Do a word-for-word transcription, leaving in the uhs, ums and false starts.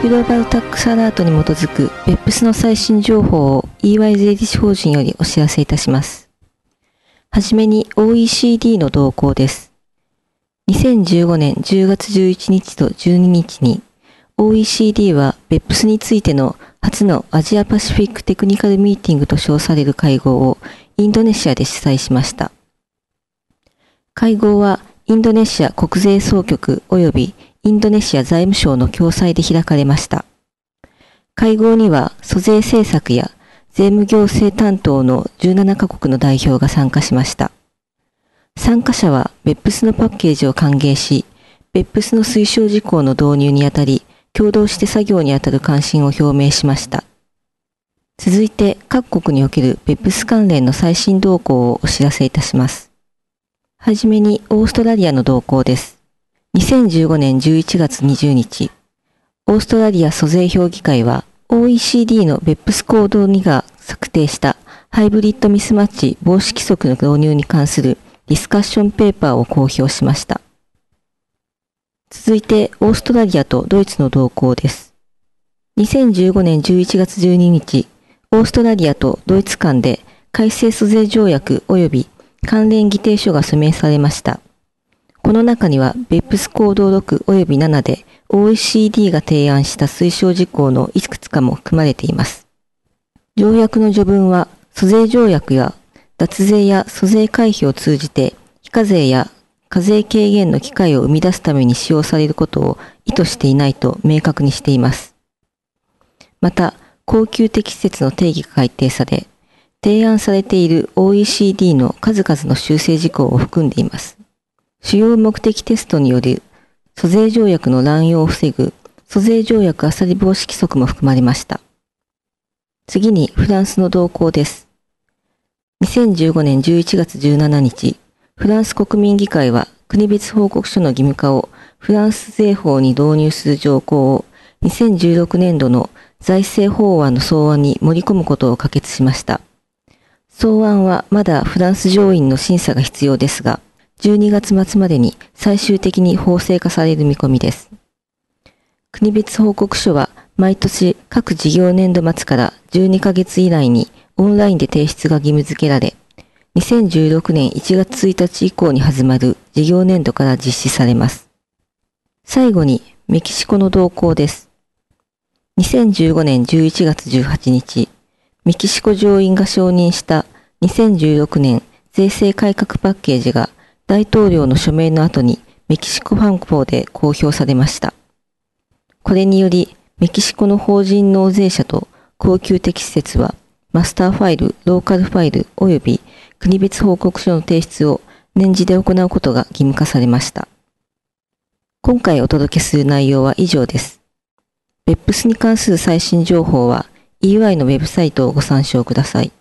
グローバルタックスアラートに基づく ベップス の最新情報を イーワイ 税理士法人よりお知らせいたします。はじめに オーイーシーディー の動向です。にせんじゅうごねんじゅうがつじゅういちにちとじゅうににちに オーイーシーディー は ベップス についての初のアジアパシフィックテクニカルミーティングと称される会合をインドネシアで主催しました。会合はインドネシア国税総局及びインドネシア財務省の共催で開かれました。会合には租税政策や税務行政担当のじゅうななカ国の代表が参加しました。参加者は ベップス のパッケージを歓迎し、ベップス の推奨事項の導入にあたり、共同して作業にあたる関心を表明しました。続いて各国における ベップス 関連の最新動向をお知らせいたします。はじめにオーストラリアの動向です。にせんじゅうごねんじゅういちがつにじゅうにち、オーストラリア租税評議会は オーイーシーディー の ベップス コードにが策定したハイブリッドミスマッチ防止規則の導入に関するディスカッションペーパーを公表しました。続いてオーストラリアとドイツの動向です。にせんじゅうごねんじゅういちがつじゅうににち、オーストラリアとドイツ間で改正租税条約及び関連議定書が署名されました。この中には ベップス コードろく及びななで オーイーシーディー が提案した推奨事項のいくつかも含まれています。条約の序文は租税条約や脱税や租税回避を通じて非課税や課税軽減の機会を生み出すために使用されることを意図していないと明確にしています。また、恒久的施設の定義が改定され、提案されている オーイーシーディー の数々の修正事項を含んでいます。主要目的テストによる租税条約の乱用を防ぐ租税条約あさり防止規則も含まれました。次にフランスの動向です。にせんじゅうごねんじゅういちがつじゅうしちにち、フランス国民議会は国別報告書の義務化をフランス税法に導入する条項をにせんじゅうろくねんどの財政法案の草案に盛り込むことを可決しました。草案はまだフランス上院の審査が必要ですが、じゅうにがつまつまでに最終的に法制化される見込みです。国別報告書は毎年各事業年度末からじゅうにかげつ以内にオンラインで提出が義務付けられ、にせんじゅうろくねんいちがつついたち以降に始まる事業年度から実施されます。最後にメキシコの動向です。にせんじゅうごねんじゅういちがつじゅうはちにち、メキシコ上院が承認したにせんじゅうろくねん税制改革パッケージが大統領の署名の後にメキシコファン法で公表されました。これによりメキシコの法人納税者と恒久的施設はマスターファイル、ローカルファイル及び国別報告書の提出を年次で行うことが義務化されました。今回お届けする内容は以上です。ベップス に関する最新情報は イーワイ のウェブサイトをご参照ください。